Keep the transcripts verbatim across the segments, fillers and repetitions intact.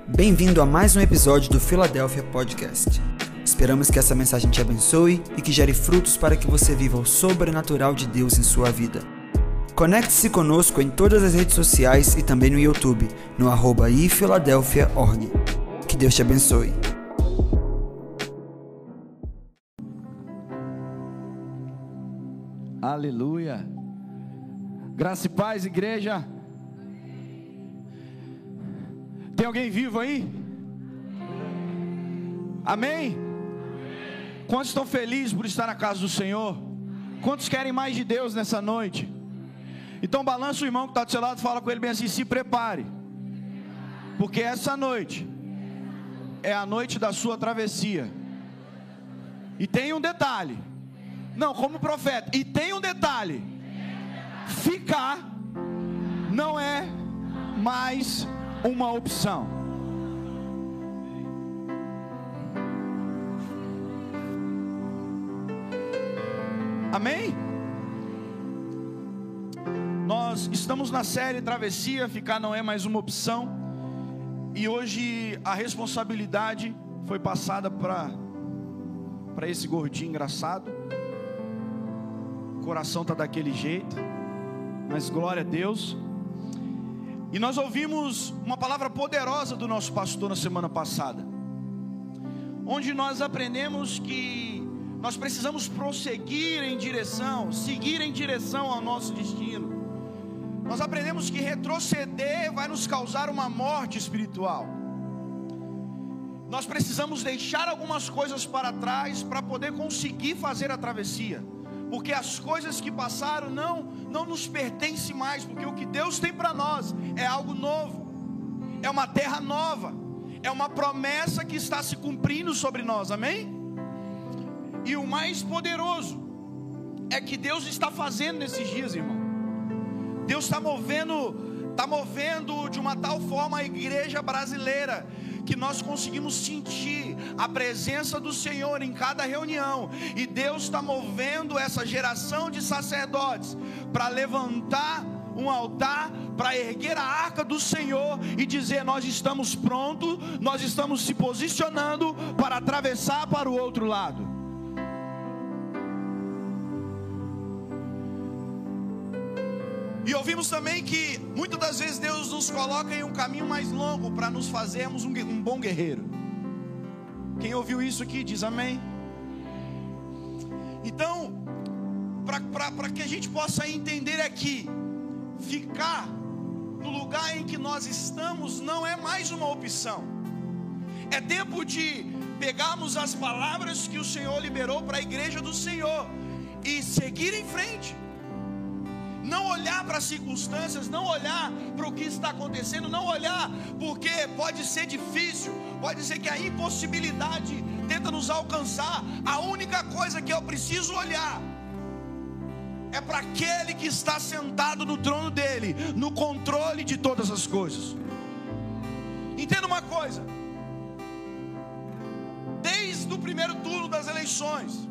Bem-vindo a mais um episódio do Philadelphia Podcast. Esperamos que essa mensagem te abençoe e que gere frutos para que você viva o sobrenatural de Deus em sua vida. Conecte-se conosco em todas as redes sociais e também no YouTube, no arroba i philadelphia ponto org. Que Deus te abençoe. Aleluia. Graça e paz, igreja. Tem alguém vivo aí? Amém? Quantos estão felizes por estar na casa do Senhor? Quantos querem mais de Deus nessa noite? Então balança o irmão que está do seu lado e fala com ele bem assim: se prepare, porque essa noite é a noite da sua travessia. E tem um detalhe. Não, como profeta. E tem um detalhe: ficar não é mais uma opção. Amém? Nós estamos na série Travessia, ficar não é mais uma opção. E hoje a responsabilidade foi passada para para esse gordinho engraçado. O coração está daquele jeito, mas glória a Deus. E nós ouvimos uma palavra poderosa do nosso pastor na semana passada, onde nós aprendemos que nós precisamos prosseguir em direção, seguir em direção ao nosso destino. Nós aprendemos que retroceder vai nos causar uma morte espiritual. Nós precisamos deixar algumas coisas para trás para poder conseguir fazer a travessia. Porque as coisas que passaram não, não nos pertencem mais. Porque o que Deus tem para nós é algo novo. É uma terra nova. É uma promessa que está se cumprindo sobre nós, amém? E o mais poderoso é que Deus está fazendo nesses dias, irmão. Deus está movendo, está movendo de uma tal forma a igreja brasileira, que nós conseguimos sentir a presença do Senhor em cada reunião. E Deus está movendo essa geração de sacerdotes para levantar um altar, para erguer a arca do Senhor e dizer: nós estamos prontos, nós estamos se posicionando para atravessar para o outro lado. E ouvimos também que muitas das vezes Deus nos coloca em um caminho mais longo para nos fazermos um, um bom guerreiro. Quem ouviu isso aqui diz amém. Então, para que a gente possa entender aqui, ficar no lugar em que nós estamos não é mais uma opção. É tempo de pegarmos as palavras que o Senhor liberou para a igreja do Senhor e seguir em frente. Não olhar para as circunstâncias, não olhar para o que está acontecendo, não olhar porque pode ser difícil, pode ser que a impossibilidade tenta nos alcançar. A única coisa que eu preciso olhar é para aquele que está sentado no trono dele, no controle de todas as coisas. Entenda uma coisa: desde o primeiro turno das eleições,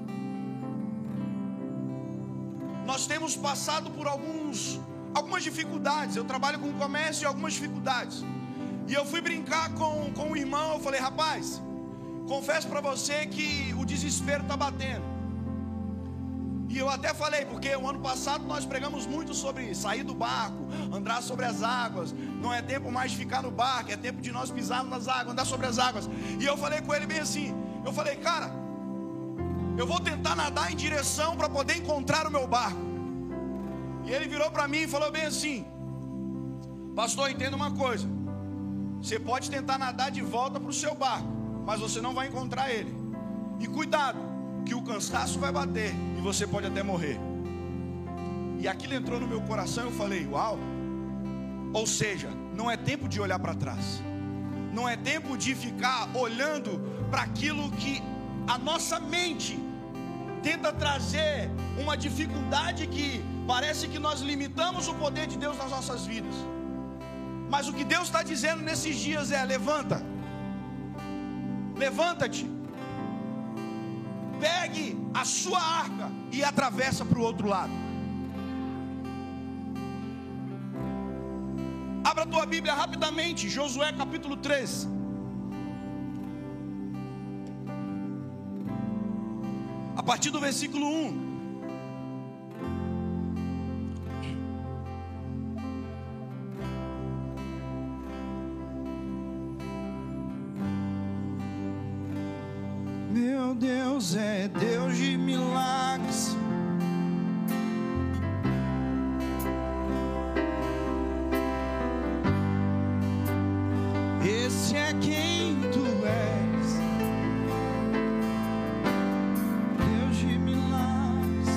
nós temos passado por alguns, algumas dificuldades. Eu trabalho com comércio e algumas dificuldades. E eu fui brincar com, com o irmão. Eu falei: rapaz, confesso para você que o desespero está batendo. E eu até falei, porque o ano passado nós pregamos muito sobre sair do barco, andar sobre as águas. Não é tempo mais de ficar no barco, é tempo de nós pisarmos nas águas, andar sobre as águas. E eu falei com ele bem assim, eu falei: cara, eu vou tentar nadar em direção para poder encontrar o meu barco. E ele virou para mim e falou bem assim: pastor, entenda uma coisa, você pode tentar nadar de volta para o seu barco, mas você não vai encontrar ele. E cuidado, que o cansaço vai bater e você pode até morrer. E aquilo entrou no meu coração. Eu falei: uau. Ou seja, não é tempo de olhar para trás, não é tempo de ficar olhando para aquilo que a nossa mente tenta trazer uma dificuldade que parece que nós limitamos o poder de Deus nas nossas vidas. Mas o que Deus está dizendo nesses dias é: levanta, levanta-te, pegue a sua arca e atravessa para o outro lado. Abra a tua Bíblia rapidamente, Josué capítulo três. a partir do versículo um. Meu Deus é Deus de milagres. Esse é quem tu és, Deus de milagres.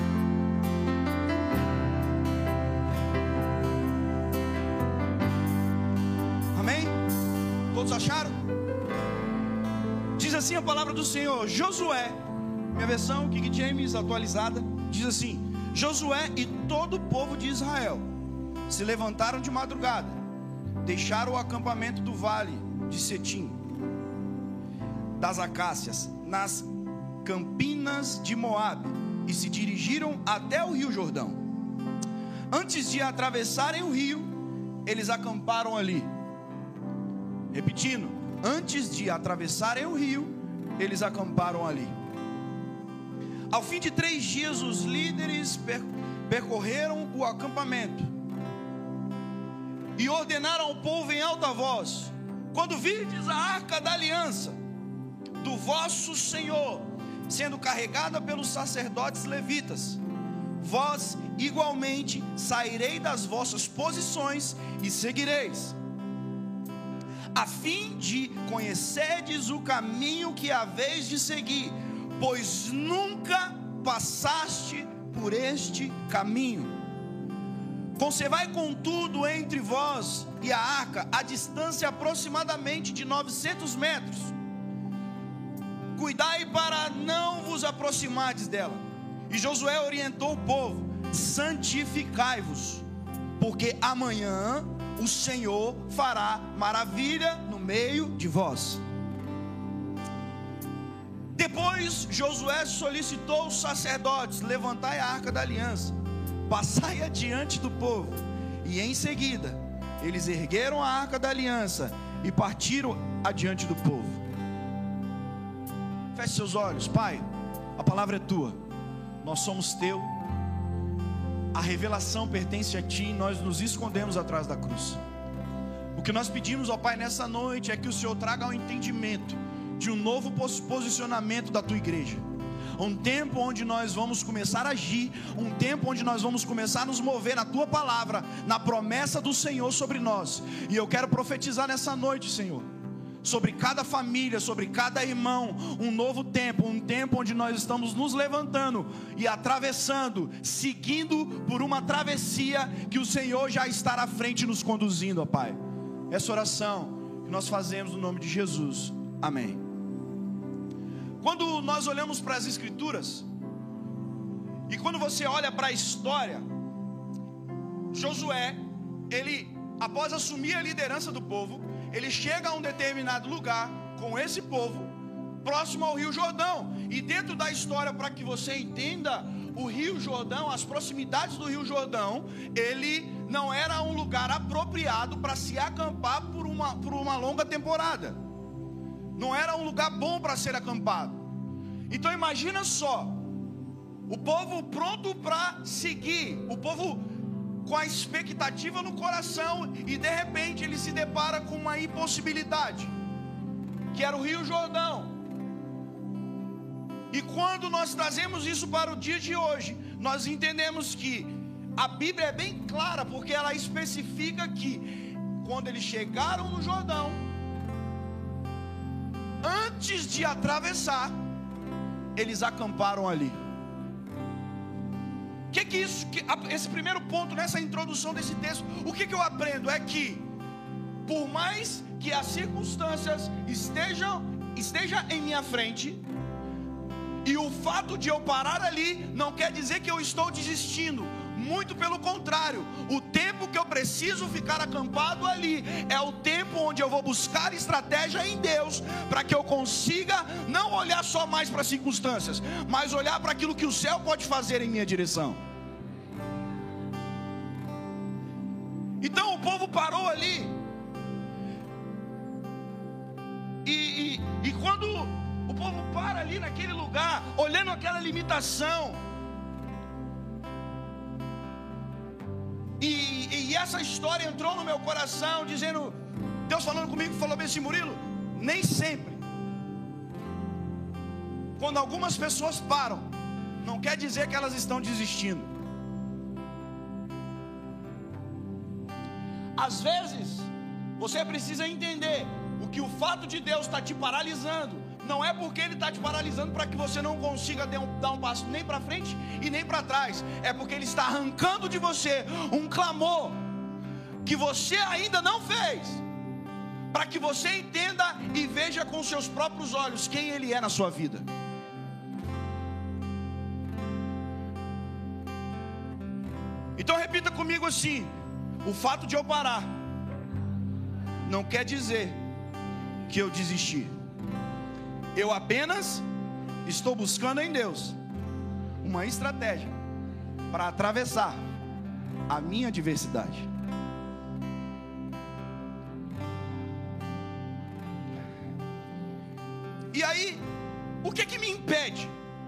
Amém? Todos acharam? Diz assim a palavra do Senhor. Josué, minha versão King James atualizada, diz assim: Josué e todo o povo de Israel se levantaram de madrugada, deixaram o acampamento do vale de Setim, das acácias, nas campinas de Moabe, e se dirigiram até o rio Jordão. Antes de atravessarem o rio, eles acamparam ali. Repetindo, antes de atravessarem o rio, eles acamparam ali. Ao fim de três dias, os líderes percorreram o acampamento e ordenaram ao povo em alta voz: quando virdes a arca da aliança do vosso Senhor sendo carregada pelos sacerdotes levitas, vós igualmente sairei das vossas posições e seguireis, a fim de conhecerdes o caminho que haveis de seguir, pois nunca passaste por este caminho. Conservai contudo entre vós e a arca a distância aproximadamente de novecentos metros. Cuidai para não vos aproximardes dela. E Josué orientou o povo: santificai-vos, porque amanhã o Senhor fará maravilha no meio de vós. Depois Josué solicitou os sacerdotes: levantai a arca da aliança, passai adiante do povo. E em seguida eles ergueram a arca da aliança e partiram adiante do povo. Feche seus olhos. Pai, a palavra é tua, nós somos teu, a revelação pertence a ti, e nós nos escondemos atrás da cruz. O que nós pedimos, ó Pai, nessa noite é que o Senhor traga ao entendimento de um novo posicionamento da tua igreja, um tempo onde nós vamos começar a agir, um tempo onde nós vamos começar a nos mover na tua palavra, na promessa do Senhor sobre nós. E eu quero profetizar nessa noite, Senhor, sobre cada família, sobre cada irmão, um novo tempo, um tempo onde nós estamos nos levantando e atravessando, seguindo por uma travessia que o Senhor já está à frente nos conduzindo, ó Pai. Essa oração que nós fazemos no nome de Jesus, amém. Quando nós olhamos para as Escrituras, e quando você olha para a história, Josué, ele, após assumir a liderança do povo, ele chega a um determinado lugar com esse povo, próximo ao rio Jordão. E dentro da história, para que você entenda, o rio Jordão, as proximidades do rio Jordão, ele não era um lugar apropriado para se acampar por uma, por uma longa temporada. Não era um lugar bom para ser acampado. Então imagina só, o povo pronto para seguir, o povo com a expectativa no coração, e de repente ele se depara com uma impossibilidade, que era o rio Jordão. E quando nós trazemos isso para o dia de hoje, nós entendemos que a Bíblia é bem clara, porque ela especifica que quando eles chegaram no Jordão, antes de atravessar, eles acamparam ali. Que que isso, que, esse primeiro ponto nessa introdução desse texto, o que que eu aprendo é que, por mais que as circunstâncias estejam, estejam em minha frente, e o fato de eu parar ali não quer dizer que eu estou desistindo. Muito pelo contrário, o tempo que eu preciso ficar acampado ali é o tempo onde eu vou buscar estratégia em Deus, para que eu consiga não olhar só mais para as circunstâncias, mas olhar para aquilo que o céu pode fazer em minha direção. Então o povo parou ali, e, e, e quando o povo para ali naquele lugar, olhando aquela limitação. E, e essa história entrou no meu coração, dizendo, Deus falando comigo, falou bem assim: Murilo, nem sempre, quando algumas pessoas param, não quer dizer que elas estão desistindo. Às vezes, você precisa entender o que o fato de Deus estar te paralisando, não é porque Ele está te paralisando para que você não consiga dar um passo nem para frente e nem para trás. É porque Ele está arrancando de você um clamor que você ainda não fez, para que você entenda e veja com seus próprios olhos quem Ele é na sua vida. Então repita comigo assim: o fato de eu parar não quer dizer que eu desisti. Eu apenas estou buscando em Deus uma estratégia para atravessar a minha adversidade. E aí, o que que me impede?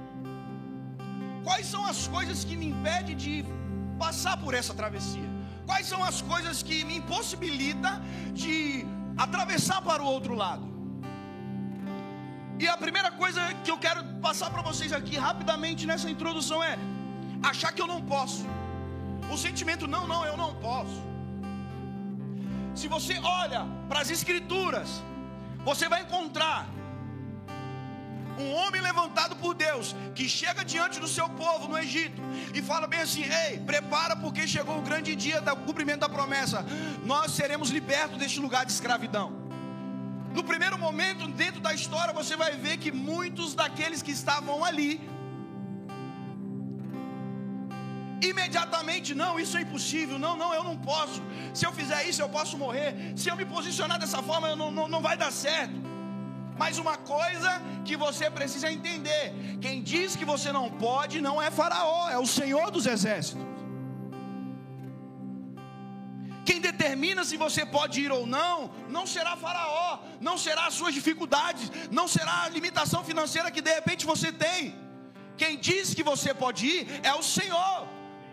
Quais são as coisas que me impedem de passar por essa travessia? Quais são as coisas que me impossibilitam de atravessar para o outro lado? E a primeira coisa que eu quero passar para vocês aqui rapidamente nessa introdução é achar que eu não posso. O sentimento não, não, eu não posso. Se você olha para as escrituras, você vai encontrar um homem levantado por Deus, que chega diante do seu povo no Egito e fala bem assim: ei, prepara, porque chegou o grande dia do cumprimento da promessa. Nós seremos libertos deste lugar de escravidão. No primeiro momento, dentro da história, você vai ver que muitos daqueles que estavam ali, imediatamente, não, isso é impossível, não, não, eu não posso. Se eu fizer isso, eu posso morrer. Se eu me posicionar dessa forma, eu não, não, não vai dar certo. Mas uma coisa que você precisa entender: quem diz que você não pode não é Faraó, é o Senhor dos Exércitos. Quem determina se você pode ir ou não, não será Faraó, não será as suas dificuldades, não será a limitação financeira que de repente você tem. Quem diz que você pode ir é o Senhor.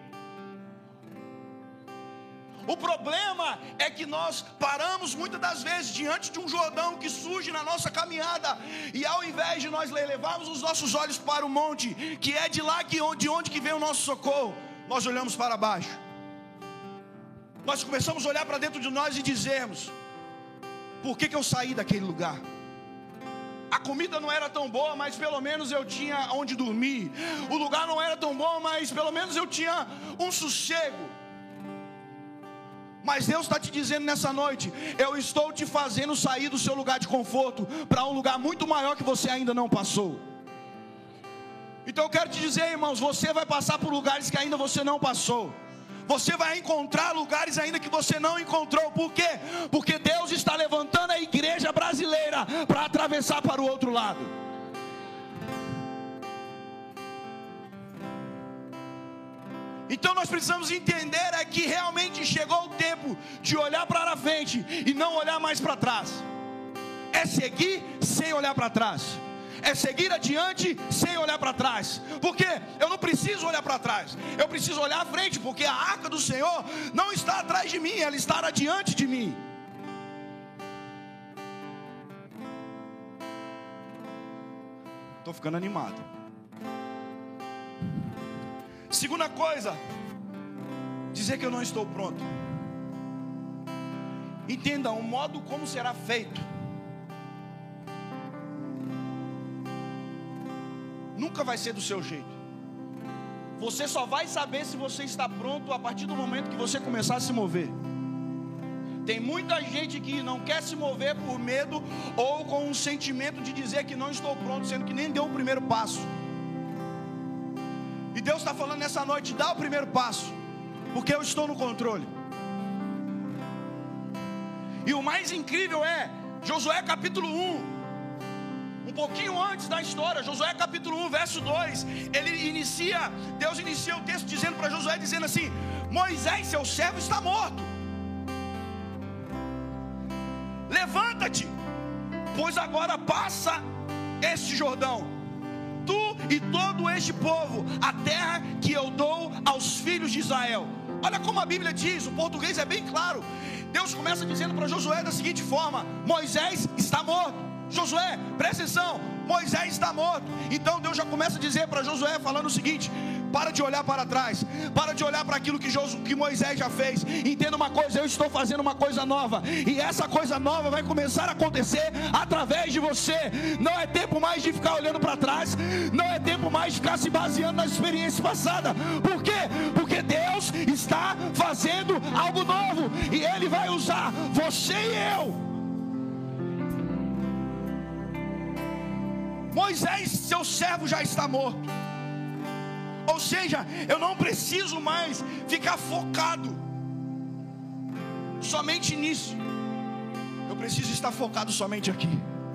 O problema é que nós paramos muitas das vezes diante de um Jordão que surge na nossa caminhada, e ao invés de nós levarmos os nossos olhos para o monte, que é de lá que, de onde que vem o nosso socorro, nós olhamos para baixo. Nós começamos a olhar para dentro de nós e dizermos: por que que eu saí daquele lugar? A comida não era tão boa, mas pelo menos eu tinha onde dormir. O lugar não era tão bom, mas pelo menos eu tinha um sossego. Mas Deus está te dizendo nessa noite: eu estou te fazendo sair do seu lugar de conforto para um lugar muito maior que você ainda não passou. Então eu quero te dizer, irmãos, você vai passar por lugares que ainda você não passou. Você vai encontrar lugares ainda que você não encontrou. Por quê? Porque Deus está levantando a igreja brasileira para atravessar para o outro lado. Então nós precisamos entender é que realmente chegou o tempo de olhar para frente e não olhar mais para trás. É seguir sem olhar para trás. É seguir adiante sem olhar para trás. Porque eu não preciso olhar para trás, eu preciso olhar à frente, porque a arca do Senhor não está atrás de mim, ela está adiante de mim. Estou ficando animado. Segunda coisa, dizer que eu não estou pronto. Entenda o modo como será feito. Nunca vai ser do seu jeito. Você só vai saber se você está pronto a partir do momento que você começar a se mover. Tem muita gente que não quer se mover por medo ou com um sentimento de dizer que não estou pronto, sendo que nem deu o primeiro passo. E Deus está falando nessa noite: dá o primeiro passo, porque eu estou no controle. E o mais incrível é Josué capítulo um. Um pouquinho antes da história, Josué capítulo um, verso dois, ele inicia, Deus inicia o texto dizendo para Josué, dizendo assim: Moisés, seu servo, está morto. Levanta-te, pois agora passa este Jordão, tu e todo este povo, a terra que eu dou aos filhos de Israel. Olha como a Bíblia diz, o português é bem claro. Deus começa dizendo para Josué da seguinte forma: Moisés está morto. Josué, presta atenção, Moisés está morto. Então Deus já começa a dizer para Josué, falando o seguinte: para de olhar para trás, para de olhar para aquilo que, Josu, que Moisés já fez. Entenda uma coisa, eu estou fazendo uma coisa nova, e essa coisa nova vai começar a acontecer através de você. Não é tempo mais de ficar olhando para trás, não é tempo mais de ficar se baseando na experiência passada. Por quê? Porque Deus está fazendo algo novo, e Ele vai usar você e eu. Moisés, seu servo, já está morto. Ou seja, eu não preciso mais ficar focado somente nisso. Eu preciso estar focado somente aqui.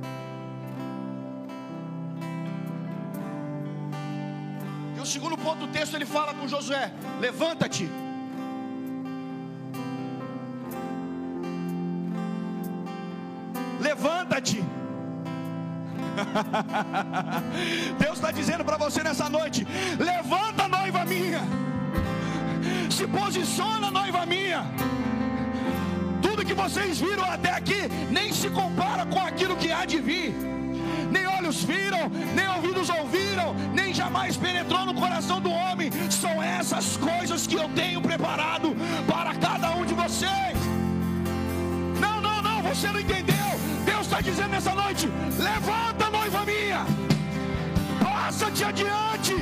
E o segundo ponto do texto, ele fala com Josué: levanta-te. Levanta-te. Deus está dizendo para você nessa noite: levanta, noiva minha. Se posiciona, noiva minha. Tudo que vocês viram até aqui nem se compara com aquilo que há de vir. Nem olhos viram, nem ouvidos ouviram, nem jamais penetrou no coração do homem. São essas coisas que eu tenho preparado para cada um de vocês. Não, não, não, você não entendeu. Deus está dizendo nessa noite: levanta, noiva minha, passa-te adiante.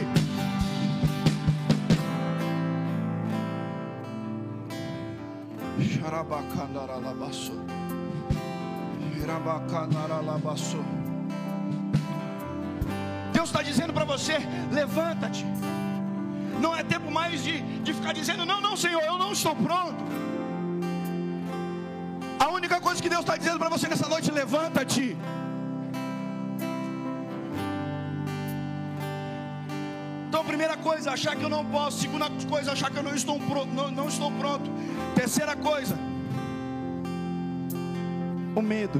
Deus está dizendo para você: levanta-te. Não é tempo mais de, de ficar dizendo: não, não, Senhor, eu não estou pronto. A única coisa que Deus está dizendo para você nessa noite: levanta-te. Então, primeira coisa, achar que eu não posso. Segunda coisa, achar que eu não estou pronto, não, não estou pronto. Terceira coisa, o medo.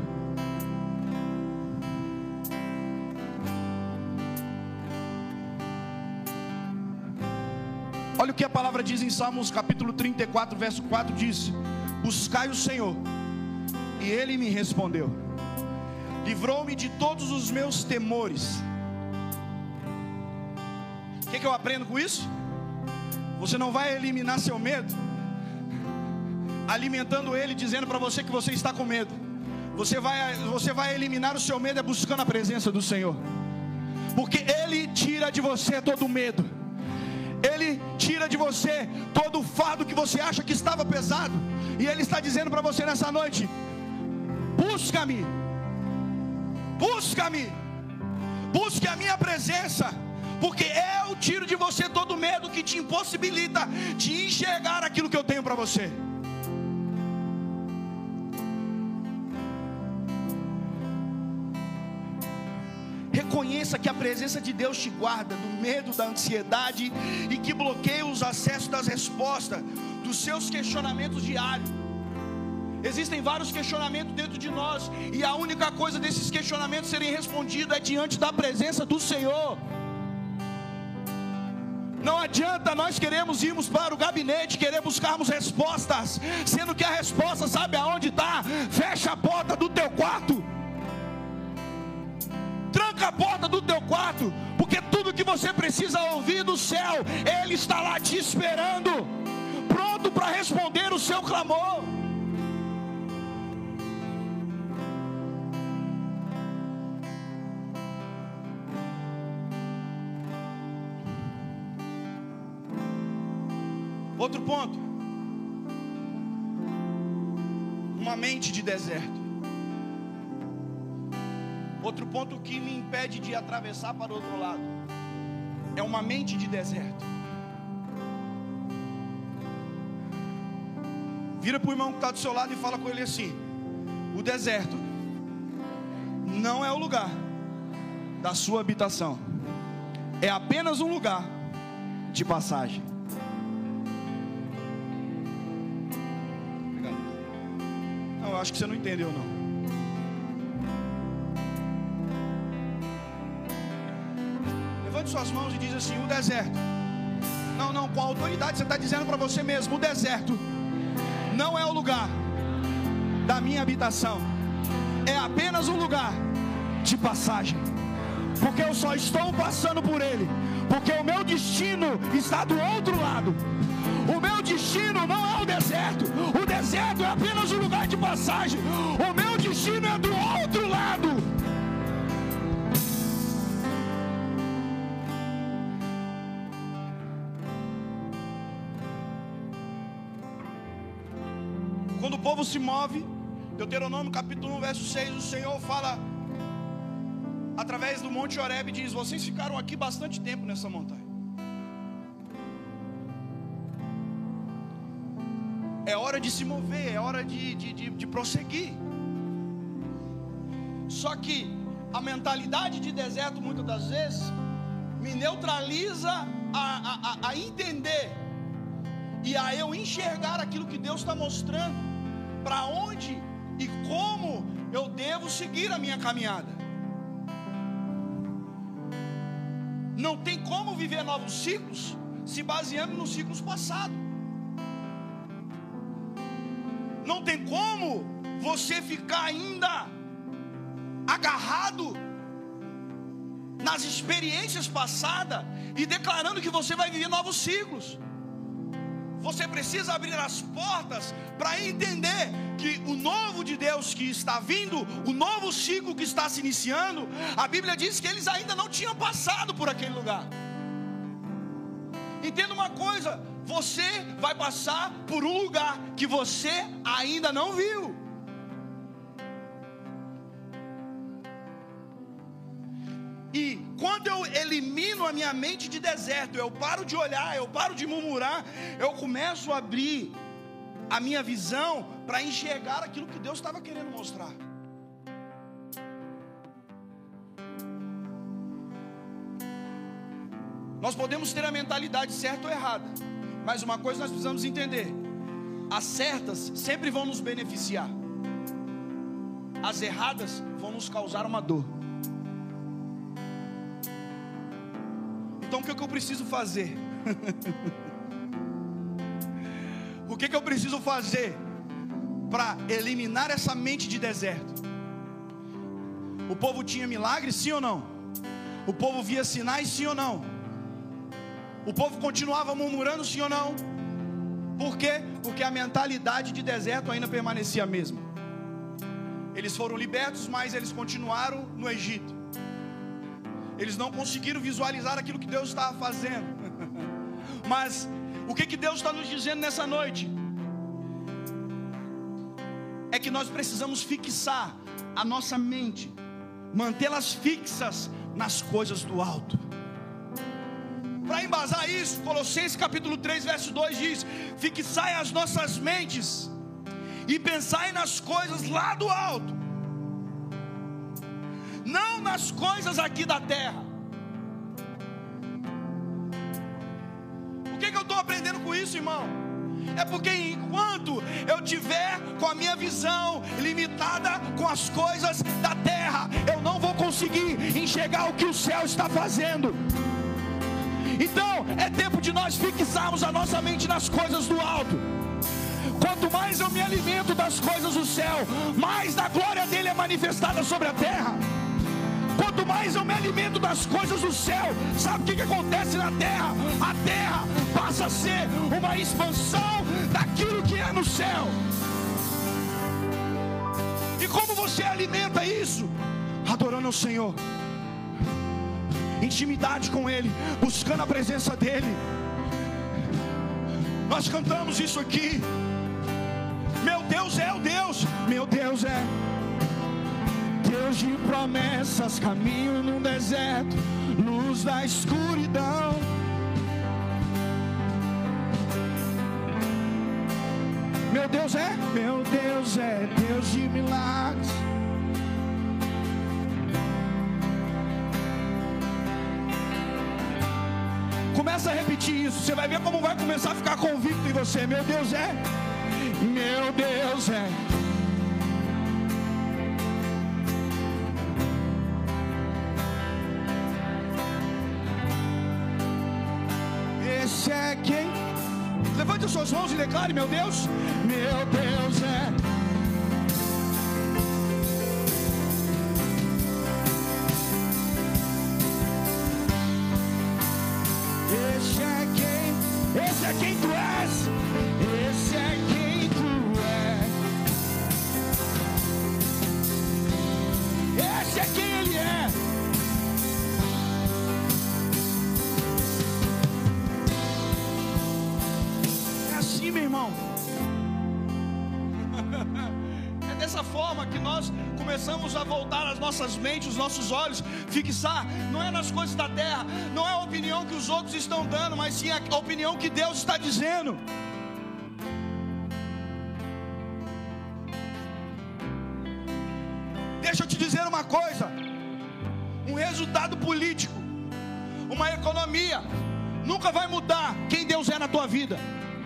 Olha o que a palavra diz em Salmos capítulo trinta e quatro, verso quatro, diz: buscai o Senhor, e Ele me respondeu, livrou-me de todos os meus temores. O que, que eu aprendo com isso? Você não vai eliminar seu medo alimentando ele, dizendo para você que você está com medo. Você vai, você vai eliminar o seu medo é buscando a presença do Senhor, porque Ele tira de você todo o medo. Ele tira de você todo o fardo que você acha que estava pesado. E Ele está dizendo para você nessa noite: busca-me, busca-me, busque a minha presença, porque eu tiro de você todo o medo que te impossibilita de enxergar aquilo que eu tenho para você. Reconheça que a presença de Deus te guarda do medo, da ansiedade, e que bloqueia os acessos das respostas dos seus questionamentos diários. Existem vários questionamentos dentro de nós, e a única coisa desses questionamentos serem respondidos é diante da presença do Senhor. Não adianta nós queremos irmos para o gabinete, querer buscarmos respostas, sendo que a resposta sabe aonde está? Fecha a porta do teu quarto. Tranca a porta do teu quarto, porque tudo que você precisa ouvir do céu, Ele está lá te esperando, pronto para responder o seu clamor. Outro ponto: uma mente de deserto. Outro ponto que me impede de atravessar para o outro lado é uma mente de deserto. Vira para o irmão que está do seu lado e fala com ele assim: o deserto não é o lugar da sua habitação, é apenas um lugar de passagem. Não, eu acho que você não entendeu não. levante suas mãos e diz assim: o deserto. Não, não, com autoridade você está dizendo para você mesmo: o deserto não é o lugar da minha habitação, é apenas um lugar de passagem, porque eu só estou passando por ele, porque o meu destino está do outro lado. O meu destino não é o deserto, o deserto é apenas um lugar de passagem, o meu destino é do outro lado. Quando o povo se move, Deuteronômio capítulo um, verso seis, o Senhor fala através do Monte Horebe e diz: vocês ficaram aqui bastante tempo nessa montanha. É hora de se mover, é hora de, de, de, de prosseguir. Só que a mentalidade de deserto, muitas das vezes, me neutraliza a, a, a entender e a eu enxergar aquilo que Deus está mostrando, para onde e como eu devo seguir a minha caminhada. Não tem como viver novos ciclos se baseando nos ciclos passados. Não tem como você ficar ainda agarrado nas experiências passadas e declarando que você vai viver novos ciclos. Você precisa abrir as portas para entender que o novo de Deus que está vindo, o novo ciclo que está se iniciando, a Bíblia diz que eles ainda não tinham passado por aquele lugar. Entenda uma coisa: você vai passar por um lugar que você ainda não viu. E quando eu elimino a minha mente de deserto, eu paro de olhar, eu paro de murmurar, eu começo a abrir a minha visão para enxergar aquilo que Deus estava querendo mostrar. Nós podemos ter a mentalidade certa ou errada, mas uma coisa nós precisamos entender: as certas sempre vão nos beneficiar, as erradas vão nos causar uma dor. Então o que, é que eu preciso fazer? O que, é que eu preciso fazer para eliminar essa mente de deserto? O povo tinha milagres, sim ou não? O povo via sinais, sim ou não? O povo continuava murmurando, sim ou não? Por quê? Porque a mentalidade de deserto ainda permanecia a mesma. Eles foram libertos, mas eles continuaram no Egito. Eles não conseguiram visualizar aquilo que Deus estava fazendo. Mas o que, que Deus está nos dizendo nessa noite? É que nós precisamos fixar a nossa mente, mantê-las fixas nas coisas do alto. Para embasar isso, Colossenses capítulo três, verso dois diz: fixai as nossas mentes e pensai nas coisas lá do alto, não nas coisas aqui da terra. O que, que eu estou aprendendo com isso, irmão? É porque enquanto eu tiver com a minha visão limitada com as coisas da terra, eu não vou conseguir enxergar o que o céu está fazendo. Então é tempo de nós fixarmos a nossa mente nas coisas do alto. Quanto mais eu me alimento das coisas do céu, mais da glória dele é manifestada sobre a terra. Quanto mais eu me alimento das coisas do céu, sabe o que, que acontece na terra? A terra passa a ser uma expansão daquilo que é no céu. E como você alimenta isso? Adorando ao Senhor, intimidade com Ele, buscando a presença dEle. Nós cantamos isso aqui: meu Deus é o Deus, meu Deus é Deus de promessas, caminho no deserto, luz da escuridão. Meu Deus é, meu Deus é Deus de milagres. Começa a repetir isso, você vai ver como vai começar a ficar convicto em você. Meu Deus é, meu Deus é. é quem? Levante as suas mãos e declare: meu Deus, meu Deus é. Esse é quem, esse é quem tu és, esse é quem tu és, esse é quem ele é. É assim, meu irmão. É dessa forma que nós começamos a voltar as nossas mentes, os nossos olhos, fixar, não é nas coisas da terra, não é a opinião que os outros estão dando, mas sim a opinião que Deus está dizendo. Deixa eu te dizer uma coisa: um resultado político, uma economia, nunca vai mudar quem Deus é na tua vida.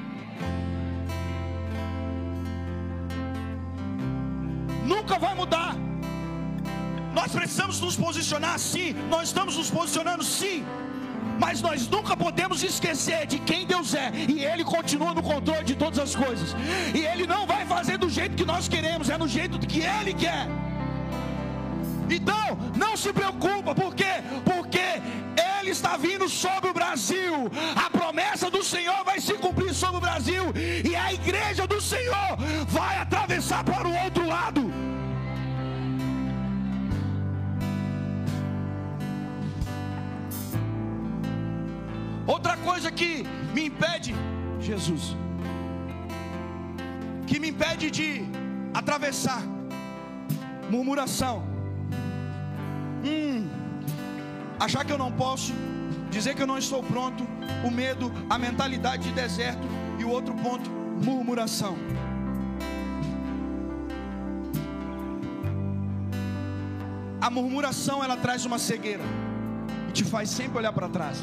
Nunca vai mudar. Nós precisamos nos posicionar, sim. Nós estamos nos posicionando, sim. Mas nós nunca podemos esquecer de quem Deus é. E Ele continua no controle de todas as coisas. E Ele não vai fazer do jeito que nós queremos, é do jeito que Ele quer. Então, não se preocupa. Por quê? Porque Ele está vindo sobre o Brasil. A promessa do Senhor vai se cumprir sobre o Brasil. E a igreja do Senhor vai atravessar para o outro lado. Outra coisa que me impede, Jesus, que me impede de atravessar, murmuração. Hum, achar que eu não posso, dizer que eu não estou pronto, o medo, a mentalidade de deserto. E o outro ponto, murmuração. A murmuração, ela traz uma cegueira e te faz sempre olhar para trás.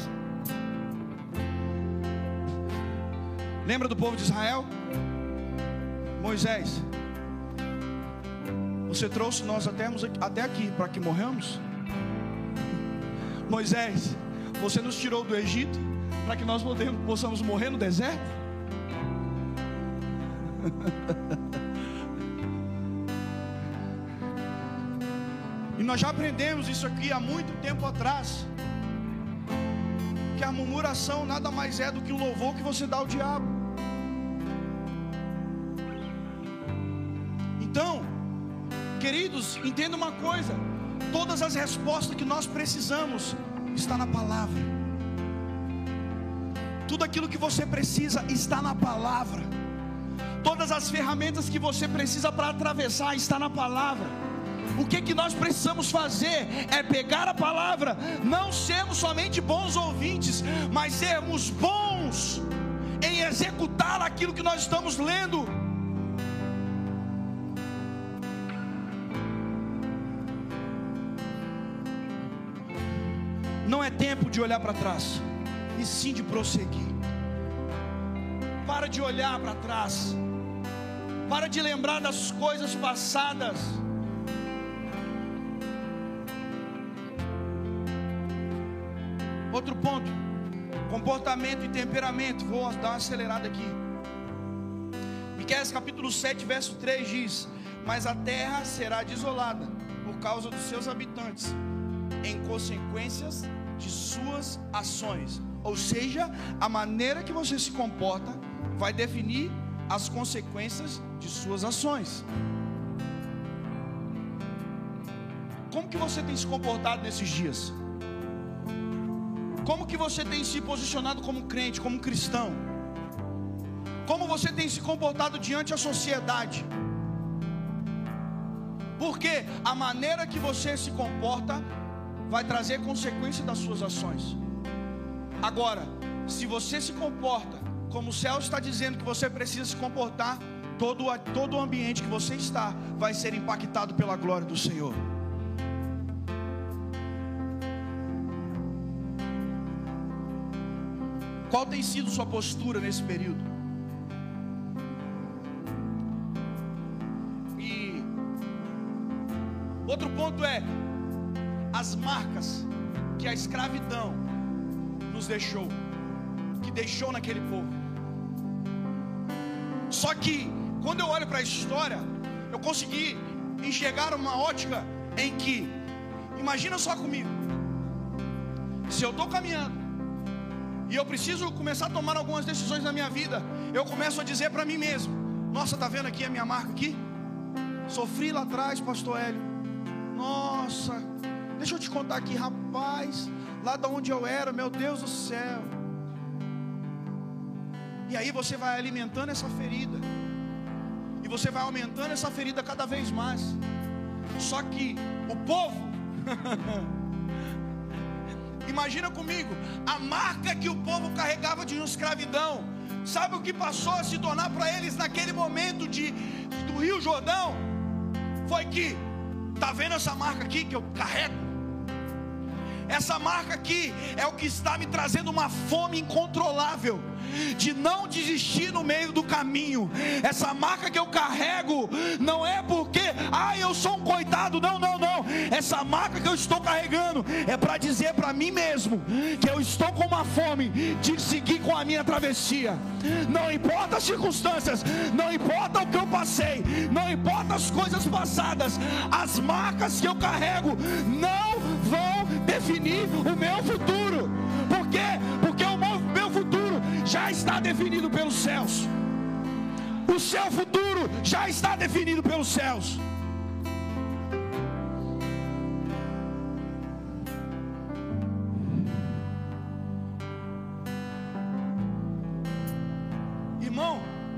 Lembra do povo de Israel? Moisés, você trouxe nós até aqui para que morramos? Moisés, você nos tirou do Egito para que nós possamos morrer no deserto? E nós já aprendemos isso aqui há muito tempo atrás, que a murmuração nada mais é do que o louvor que você dá ao diabo. Então, queridos, entenda uma coisa: todas as respostas que nós precisamos está na palavra. Tudo aquilo que você precisa está na palavra. Todas as ferramentas que você precisa para atravessar está na palavra. O que que nós precisamos fazer é pegar a palavra, não sermos somente bons ouvintes, mas sermos bons em executar aquilo que nós estamos lendo. Não é tempo de olhar para trás, e sim de prosseguir. Para de olhar para trás, para de lembrar das coisas passadas. Outro ponto, comportamento e temperamento. Vou dar uma acelerada aqui. Miqueias capítulo sete, verso três diz: mas a terra será desolada por causa dos seus habitantes, em consequências de suas ações. Ou seja, a maneira que você se comporta vai definir as consequências de suas ações. Como que você tem se comportado nesses dias? Como que você tem se posicionado como crente, como cristão? Como você tem se comportado diante da sociedade? Porque a maneira que você se comporta vai trazer consequência das suas ações. Agora, se você se comporta como o céu está dizendo que você precisa se comportar, todo, todo o ambiente que você está vai ser impactado pela glória do Senhor. Qual tem sido sua postura nesse período? E outro ponto é as marcas que a escravidão nos deixou, que deixou naquele povo. Só que quando eu olho para a história, eu consegui enxergar uma ótica em que, imagina só comigo, se eu estou caminhando e eu preciso começar a tomar algumas decisões na minha vida, eu começo a dizer para mim mesmo: nossa, tá vendo aqui a minha marca aqui? Sofri lá atrás, pastor Hélio. Nossa, deixa eu te contar aqui, rapaz, lá de onde eu era, meu Deus do céu. E aí você vai alimentando essa ferida, e você vai aumentando essa ferida cada vez mais. Só que o povo imagina comigo, a marca que o povo carregava de escravidão, sabe o que passou a se tornar para eles naquele momento de, do Rio Jordão? Foi que, tá vendo essa marca aqui que eu carrego? Essa marca aqui é o que está me trazendo uma fome incontrolável de não desistir no meio do caminho. Essa marca que eu carrego não é porque, ah, eu sou um coitado, não, não, não. Essa marca que eu estou carregando é para dizer para mim mesmo que eu estou com uma fome de seguir com a minha travessia. Não importa as circunstâncias, não importa o que eu passei, não importa as coisas passadas, as marcas que eu carrego não vão definir o meu futuro. Por quê? Porque o meu futuro já está definido pelos céus. O seu futuro já está definido pelos céus. Irmão,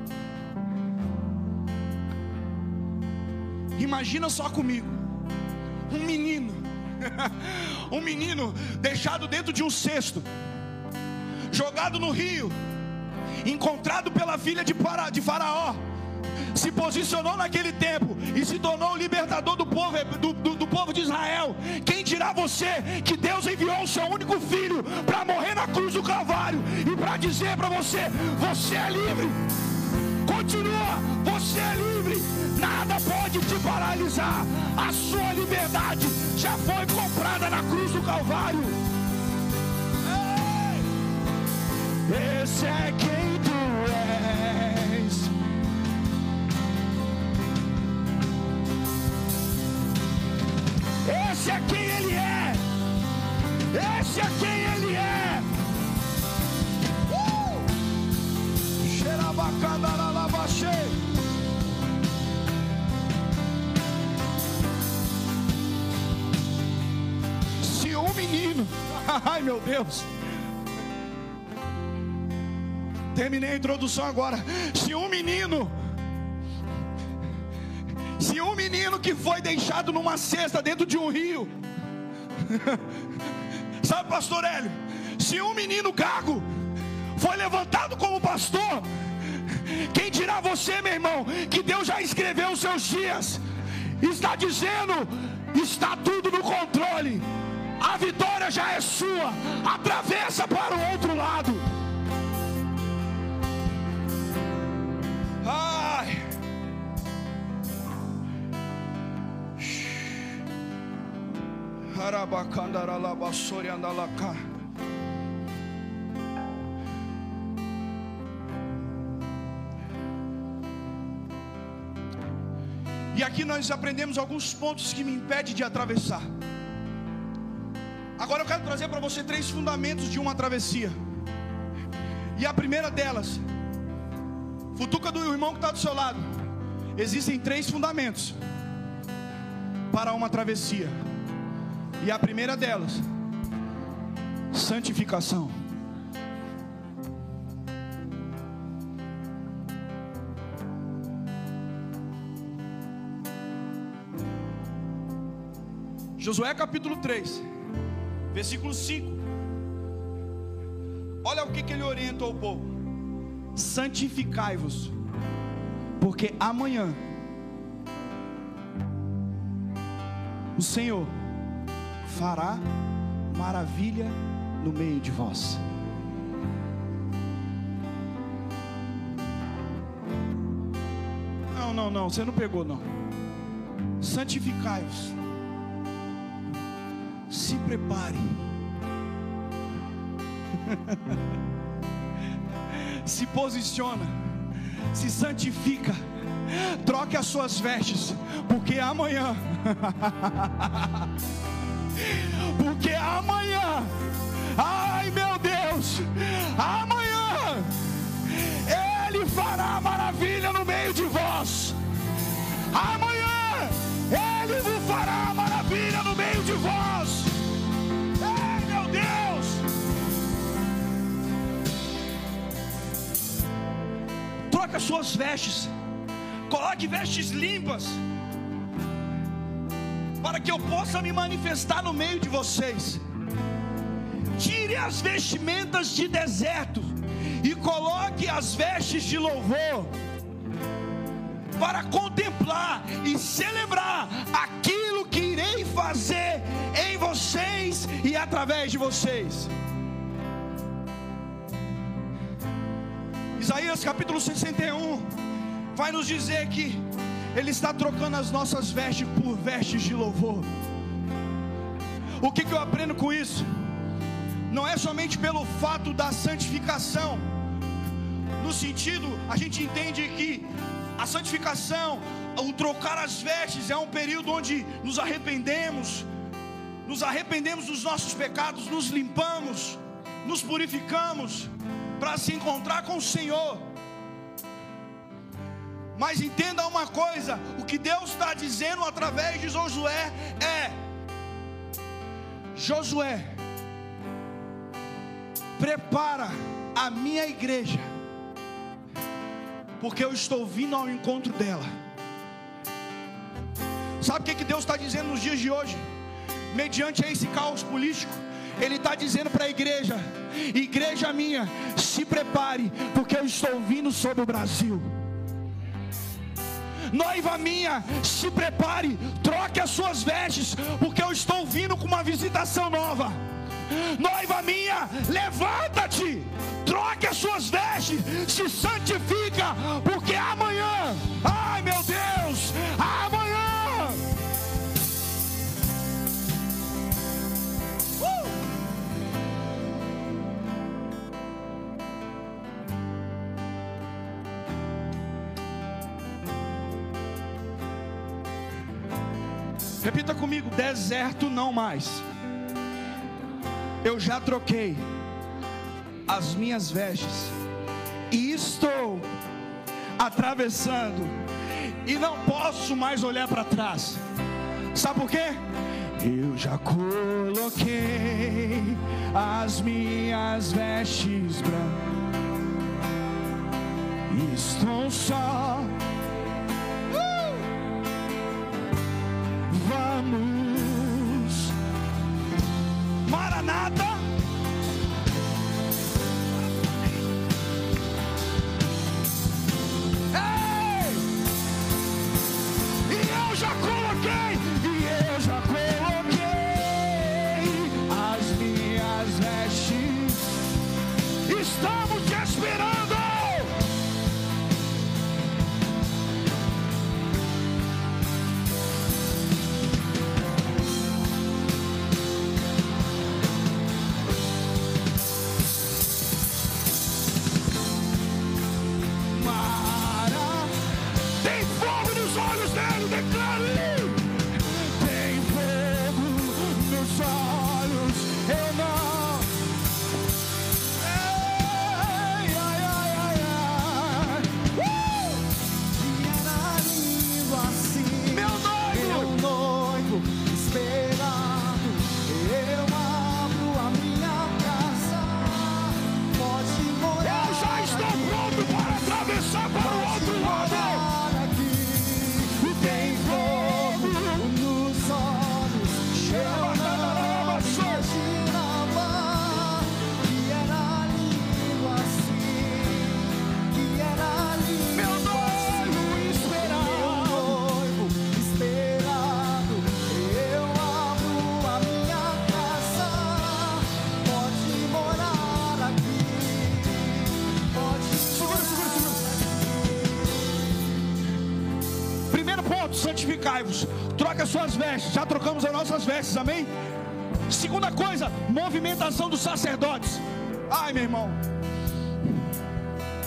imagina só comigo, um menino um menino deixado dentro de um cesto, jogado no rio, encontrado pela filha de, Para, de Faraó, se posicionou naquele tempo e se tornou o libertador do povo, do, do, do povo de Israel. Quem dirá você que Deus enviou o seu único filho para morrer na cruz do Calvário e para dizer para você: você é livre, continua, você é livre, nada pode te paralisar, a sua liberdade já foi comprada na cruz do Calvário. Ei! Esse é quem tu és. Esse é quem ele é. Esse é quem ele é. Uh! Xerabacadaralabaxê. Se um menino, ai meu Deus, terminei a introdução agora. Se um menino, se um menino que foi deixado numa cesta dentro de um rio, sabe, pastor Hélio, se um menino gago foi levantado como pastor, quem dirá você, meu irmão, que Deus já escreveu os seus dias, está dizendo, está tudo no controle, a vitória já é sua, atravessa para o outro lado. Ai. E aqui nós aprendemos alguns pontos que me impedem de atravessar. Agora eu quero trazer para você três fundamentos de uma travessia. E a primeira delas, futuca do irmão que está do seu lado. Existem três fundamentos para uma travessia. E a primeira delas, santificação. Josué capítulo três, versículo cinco. Olha o que, que ele orienta ao povo: santificai-vos, porque amanhã o Senhor fará maravilha no meio de vós. Não, não, não, você não pegou não. Santificai-vos. Se prepare. se posiciona, se santifica, troque as suas vestes, porque amanhã, porque amanhã, ai meu Deus, amanhã Ele fará maravilha no meio de vós. Amanhã Ele vos fará maravilha no meio de vós. Ei, meu Deus! Troque as suas vestes, coloque vestes limpas, para que eu possa me manifestar no meio de vocês. Tire as vestimentas de deserto e coloque as vestes de louvor, para contemplar e celebrar aquilo que irei fazer em vocês e através de vocês. Isaías capítulo sessenta e um vai nos dizer que Ele está trocando as nossas vestes por vestes de louvor. O que, que eu aprendo com isso? Não é somente pelo fato da santificação, no sentido, a gente entende que a santificação, o trocar as vestes, é um período onde nos arrependemos, nos arrependemos dos nossos pecados, nos limpamos, nos purificamos, para se encontrar com o Senhor. Mas entenda uma coisa, o que Deus está dizendo através de Josué é: Josué, prepara a minha igreja, porque eu estou vindo ao encontro dela. Sabe o que, que Deus está dizendo nos dias de hoje? Mediante esse caos político, Ele está dizendo para a igreja: igreja minha, se prepare, porque eu estou vindo sobre o Brasil. Noiva minha, se prepare, troque as suas vestes, porque eu estou vindo com uma visitação nova. Noiva minha, levanta-te, troque as suas vestes, se santifica, porque amanhã, ai meu Deus, amanhã, uh! Repita comigo: deserto não mais. Eu já troquei as minhas vestes e estou atravessando, e não posso mais olhar para trás. Sabe por quê? Eu já coloquei as minhas vestes brancas, estou só. Uh! Vamos, Maranata. Ei! E eu já coloquei, e eu já coloquei as minhas vestes. Estamos te esperando. Santificai-vos, troca as suas vestes. Já trocamos as nossas vestes, amém? Segunda coisa, movimentação dos sacerdotes. Ai, meu irmão,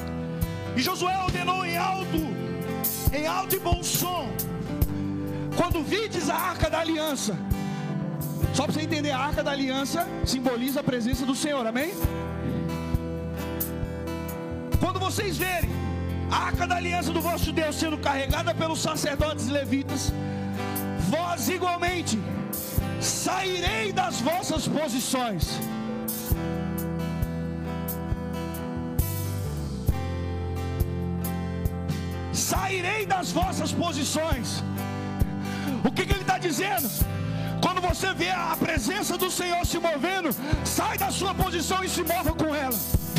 E Josué ordenou em alto, em alto e bom som: quando vides a arca da aliança. Só para você entender, a arca da aliança simboliza a presença do Senhor, amém? Quando vocês verem a arca da aliança do vosso Deus sendo carregada pelos sacerdotes levitas, vós igualmente sairei das vossas posições. Sairei das vossas posições. O que, que ele está dizendo? Quando você vê a presença do Senhor se movendo, sai da sua posição e se mova com ela.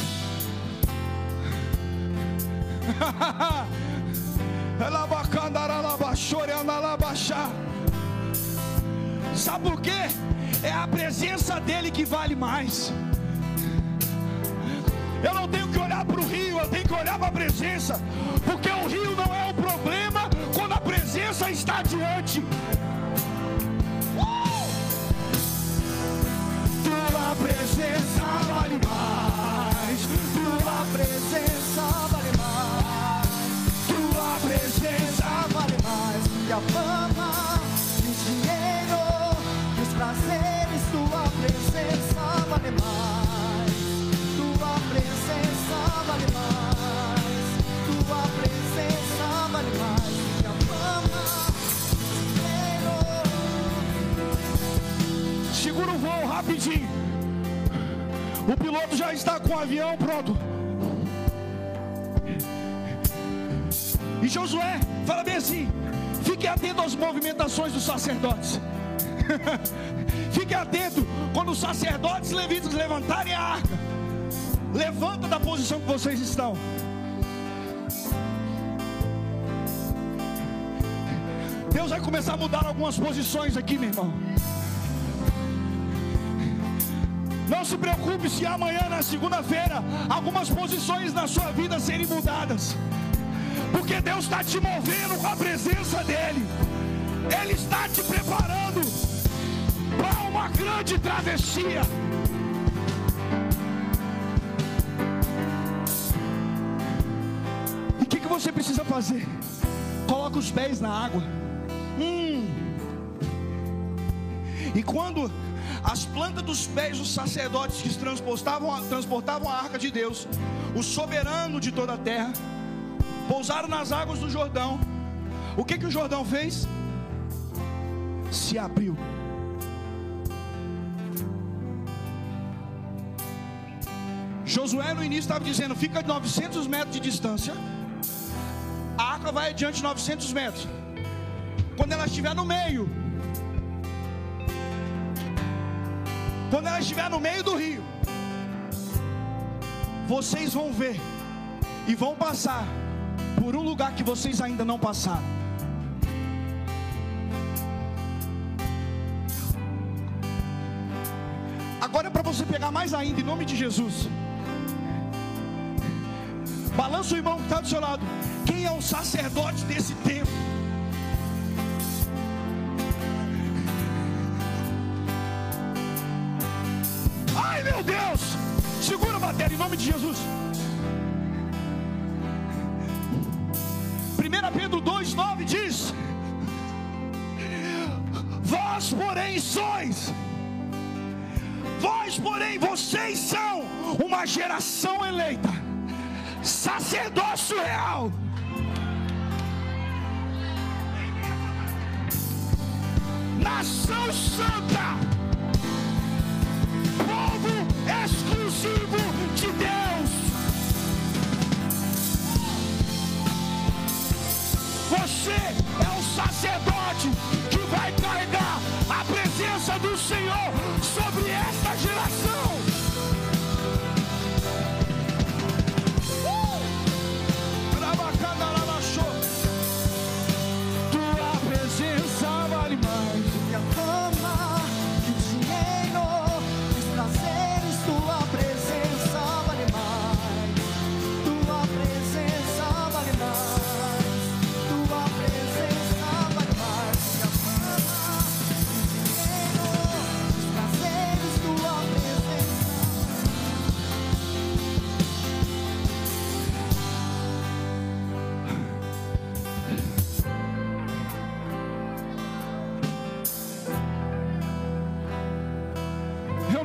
Sabe por quê? É a presença dele que vale mais. Eu não tenho que olhar para o rio, eu tenho que olhar para a presença, porque o rio não é o problema quando a presença está diante. uh! Tua presença vale mais, tua presença vale mais, tua presença vale mais que a fama e o dinheiro e os prazeres. Tua presença vale mais, tua presença vale mais, tua presença vale mais que a fama e o dinheiro. Segura o voo rapidinho. O piloto já está com o avião pronto. E Josué fala bem assim: fique atento às movimentações dos sacerdotes. Fique atento quando os sacerdotes levitas levantarem a arca. Levanta da posição que vocês estão. Deus vai começar a mudar algumas posições aqui, meu irmão. Não se preocupe se amanhã, na segunda-feira, algumas posições na sua vida serem mudadas, porque Deus está te movendo com a presença dEle. Ele está te preparando para uma grande travessia. E o que, que você precisa fazer? Coloca os pés na água. Hum. E quando as plantas dos pés dos sacerdotes que transportavam, transportavam a arca de Deus, o soberano de toda a terra, pousaram nas águas do Jordão, o que que o Jordão fez? Se abriu. Josué no início estava dizendo: fica a novecentos metros de distância, a arca vai adiante novecentos metros. Quando ela estiver no meio, quando ela estiver no meio do rio, vocês vão ver e vão passar por um lugar que vocês ainda não passaram. Agora é para você pegar mais ainda, em nome de Jesus. Balança o irmão que está do seu lado. Quem é o sacerdote desse tempo? Ai, meu Deus! Segura a bateria em nome de Jesus. primeira Pedro dois, nove diz: vós porém sois, vós porém vocês são uma geração eleita, sacerdócio real, nação santa, povo exclusivo de Deus. Você é o sacerdote que vai carregar a presença do Senhor sobre esta geração. Uh! Tua presença vale mais do que a fama e o dinheiro, os prazeres. Tua presença vale mais, tua presença vale mais, tua presença vale mais do que a fama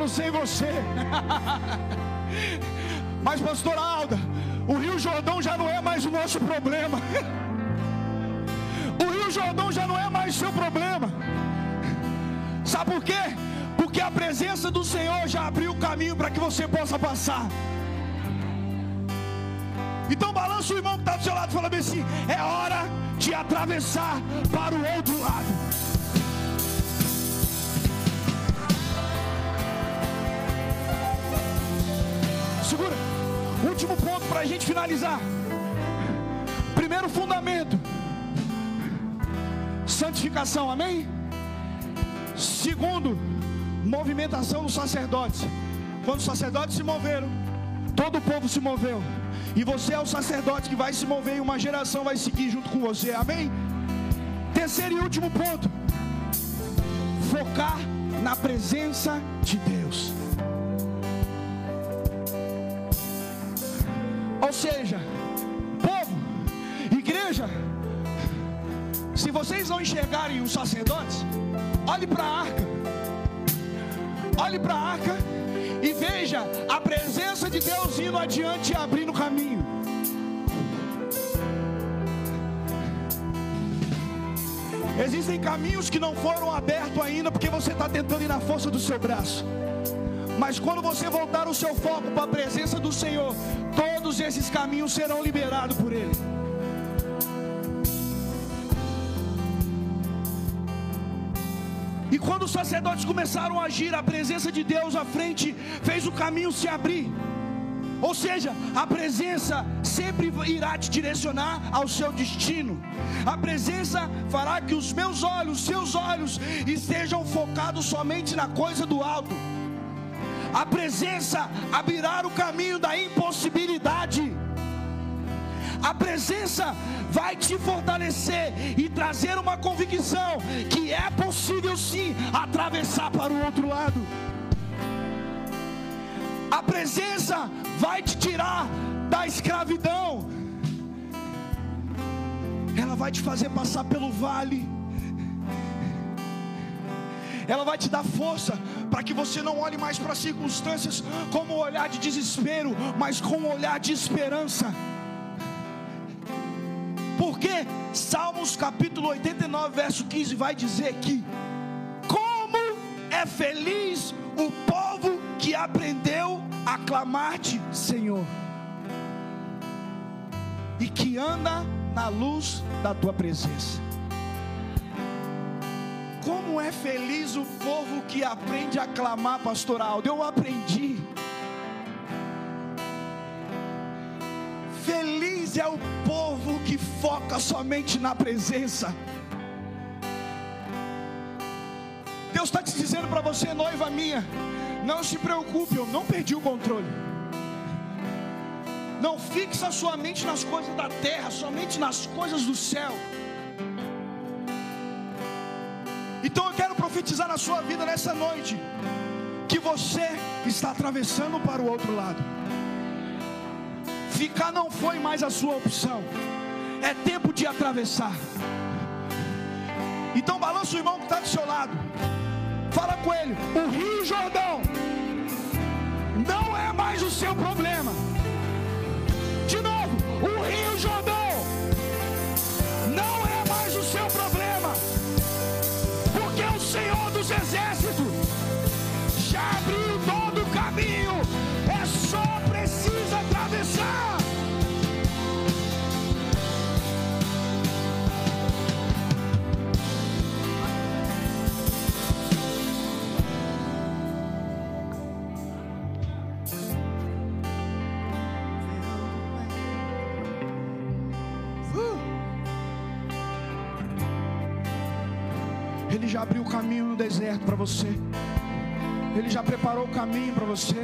ano sem você. Mas, pastora Alda, o Rio Jordão já não é mais o nosso problema. O Rio Jordão já não é mais o seu problema. Sabe por quê? Porque a presença do Senhor já abriu o caminho para que você possa passar. Então balança o irmão que está do seu lado e fala bem assim: é hora de atravessar para o outro lado. Segura. Último ponto para a gente finalizar. Primeiro fundamento: santificação, amém? Segundo, movimentação dos sacerdotes. Quando os sacerdotes se moveram, todo o povo se moveu. E você é o sacerdote que vai se mover, e uma geração vai seguir junto com você, amém? Terceiro e último ponto: focar na presença de Deus. Ou seja, povo, igreja, se vocês não enxergarem os sacerdotes, olhe para a arca. Olhe para a arca e veja a presença de Deus indo adiante e abrindo caminho. Existem caminhos que não foram abertos ainda porque você está tentando ir na força do seu braço. Mas quando você voltar o seu foco para a presença do Senhor, todos esses caminhos serão liberados por Ele. E quando os sacerdotes começaram a agir, a presença de Deus à frente fez o caminho se abrir. Ou seja, a presença sempre irá te direcionar ao seu destino. A presença fará que os meus olhos, seus olhos, estejam focados somente na coisa do alto. A presença abrirá o caminho da impossibilidade. A presença vai te fortalecer e trazer uma convicção que é possível sim atravessar para o outro lado. A presença vai te tirar da escravidão. Ela vai te fazer passar pelo vale. Ela vai te dar força para que você não olhe mais para as circunstâncias como um olhar de desespero, mas com um olhar de esperança. Porque Salmos capítulo oitenta e nove, verso quinze vai dizer que como é feliz o povo que aprendeu a clamar-te, Senhor, e que anda na luz da tua presença. Como é feliz o povo que aprende a clamar, pastor Aldo. Eu aprendi. Feliz é o povo que foca somente na presença. Deus está te dizendo para você, noiva minha, não se preocupe, eu não perdi o controle. Não fixa sua mente nas coisas da terra, somente nas coisas do céu. Então eu quero profetizar na sua vida nessa noite, que você está atravessando para o outro lado. Ficar não foi mais a sua opção. É tempo de atravessar. Então balança o irmão que está do seu lado. Fala com ele: o Rio Jordão não é mais o seu problema. De novo, o Rio Jordão não é mais o seu problema. Porque o Senhor dos Exércitos já abriu todo o caminho. É só precisa atravessar. Ele já abriu o caminho no deserto para você. Ele já preparou o caminho para você.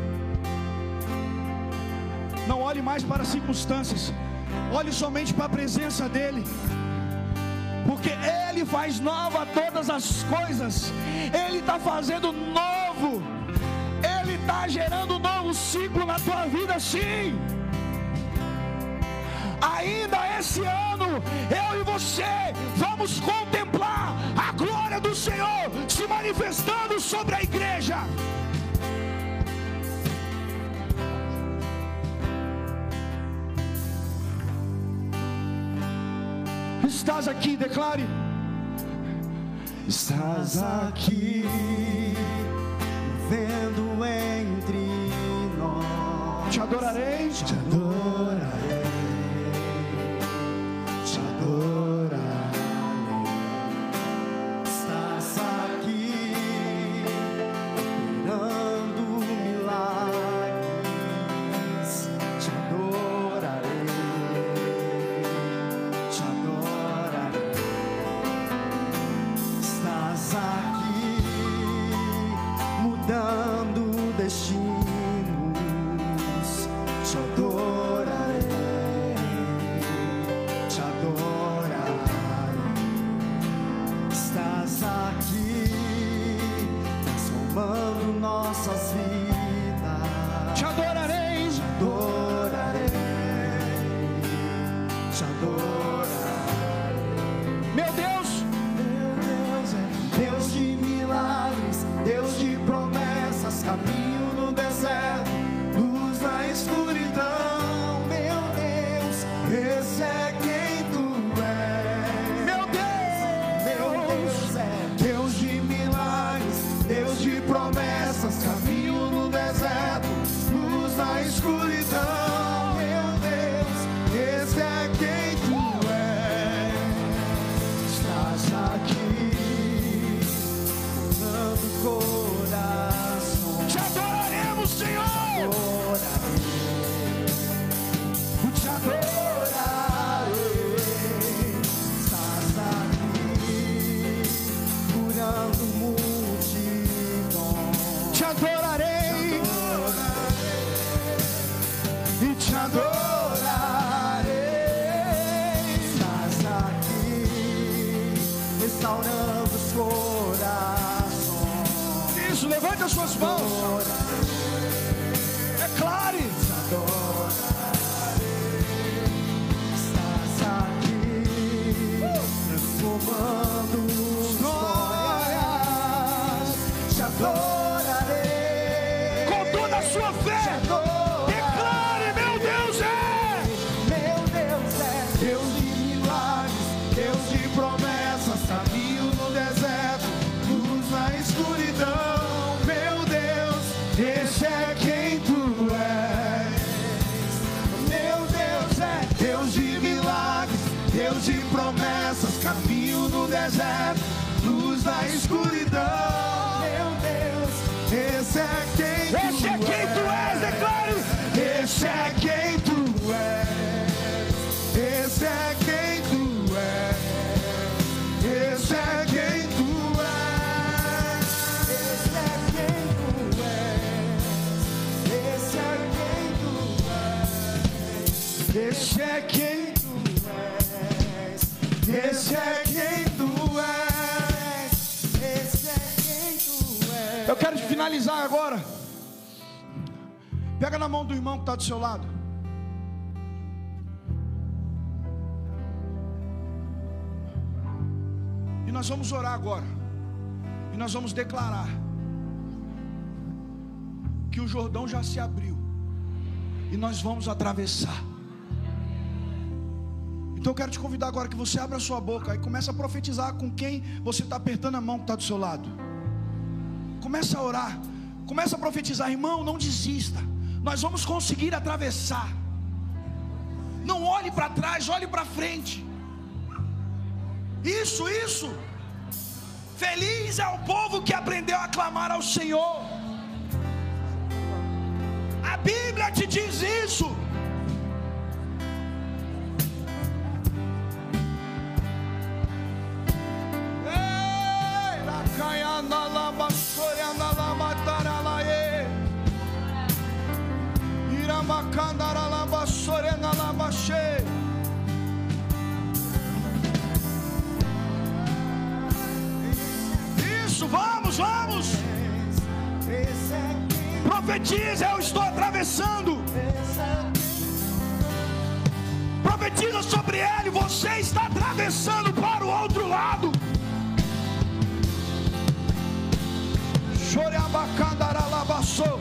Não olhe mais para as circunstâncias. Olhe somente para a presença dEle. Porque Ele faz nova todas as coisas. Ele está fazendo novo. Ele está gerando um novo ciclo na tua vida, sim. Ainda esse ano, eu e você vamos contemplar a glória do Senhor se manifestando sobre a igreja. Estás aqui, declare. Estás aqui, vendo entre nós. Te adorarei, te adorarei, te adorarei. Estás aqui, operando milagres. Te adorarei, te adorarei. Estás aqui, mudando destinos. Te adorarei, te adorarei. Estás aqui, transformando nossas vidas. te adorarei, Te adorarei, te adorarei. meu Deus. Meu Deus é Deus de milagres, Deus de promessas, caminho no deserto, luz na escuridão. Meu Deus, esse é quem tu és. Meu Deus, Meu Deus é Deus de milagres, Deus de promessas, caminho no deserto, luz na escuridão. Meu Deus, esse é quem tu és. Estás aqui, mudando corações. te adoraremos, Senhor. Te adorarei. Estás aqui, curando multidões. Te adorarei e te adorarei. Estás aqui, restaurando os corações. Isso, levante as suas mãos. Declare. Estás aqui, transformando histórias. Te adorarei. Com toda a sua fé, declare, meu Deus é. Meu Deus é Deus de milagres, Deus de promessas, caminho no deserto, luz na escuridão. Meu Deus, esse é quem tu és. Meu Deus é Deus de milagres, Deus de promessas, caminho no deserto, luz na escuridão. Meu Deus, esse é quem tu és. Esse é quem tu és, declare. Esse é quem tu és. Esse é quem tu és. Esse é quem tu és. Esse é quem tu és. Esse é quem tu és. Esse é quem tu és. Esse é quem tu és. Esse é quem tu és. Eu quero finalizar agora. Pega na mão do irmão que está do seu lado. E nós vamos orar agora. E nós vamos declarar que o Jordão já se abriu. E nós vamos atravessar. Então eu quero te convidar agora que você abra a sua boca e comece a profetizar com quem você está apertando a mão que está do seu lado. Começa a orar. Começa a profetizar, irmão, não desista. Nós vamos conseguir atravessar. Não olhe para trás, olhe para frente. Isso, isso. Feliz é o povo que aprendeu a clamar ao Senhor. A Bíblia te diz isso. Ei, la caiana la basoriana la mataralae. Iramacandara la basoriana la bache. Isso, vamos, vamos. Profetiza, eu estou atravessando. Profetiza sobre ele, você está atravessando para o outro lado. Choreabacandaralabaçou.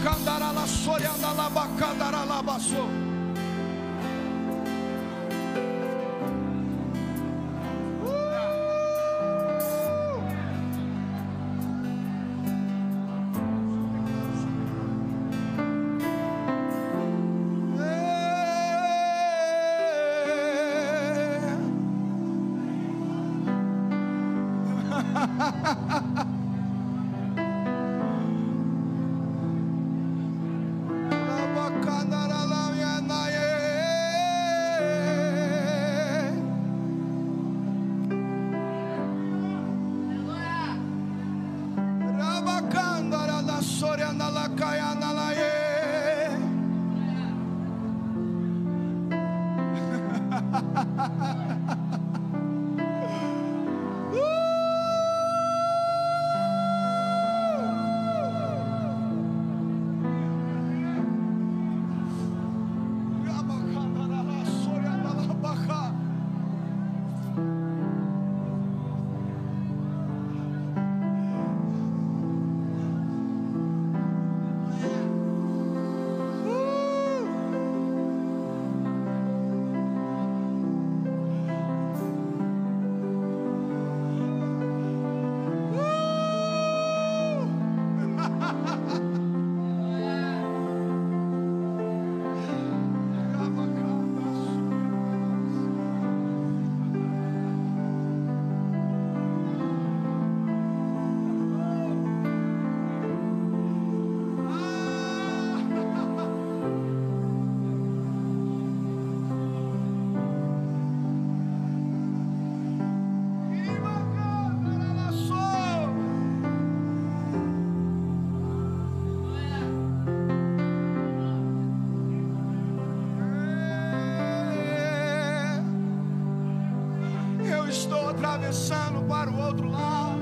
Atravessando para o outro lado,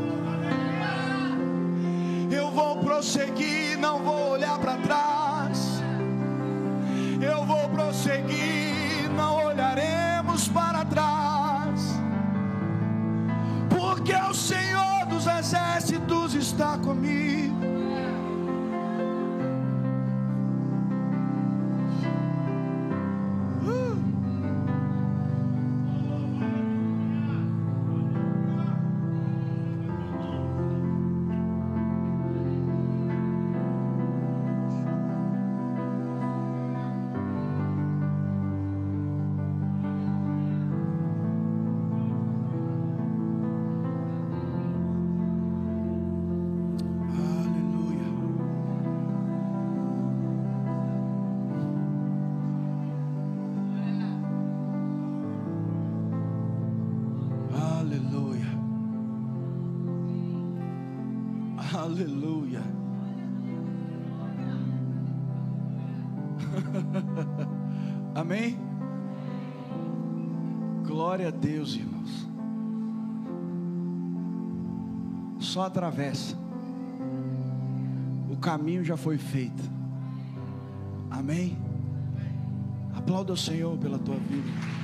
eu vou prosseguir, não vou olhar para trás. Eu vou prosseguir, não olharemos para trás, porque o Senhor dos exércitos está comigo. Aleluia. Amém? Glória a Deus, irmãos. Só atravessa. O caminho já foi feito. Amém? Aplauda o Senhor pela tua vida.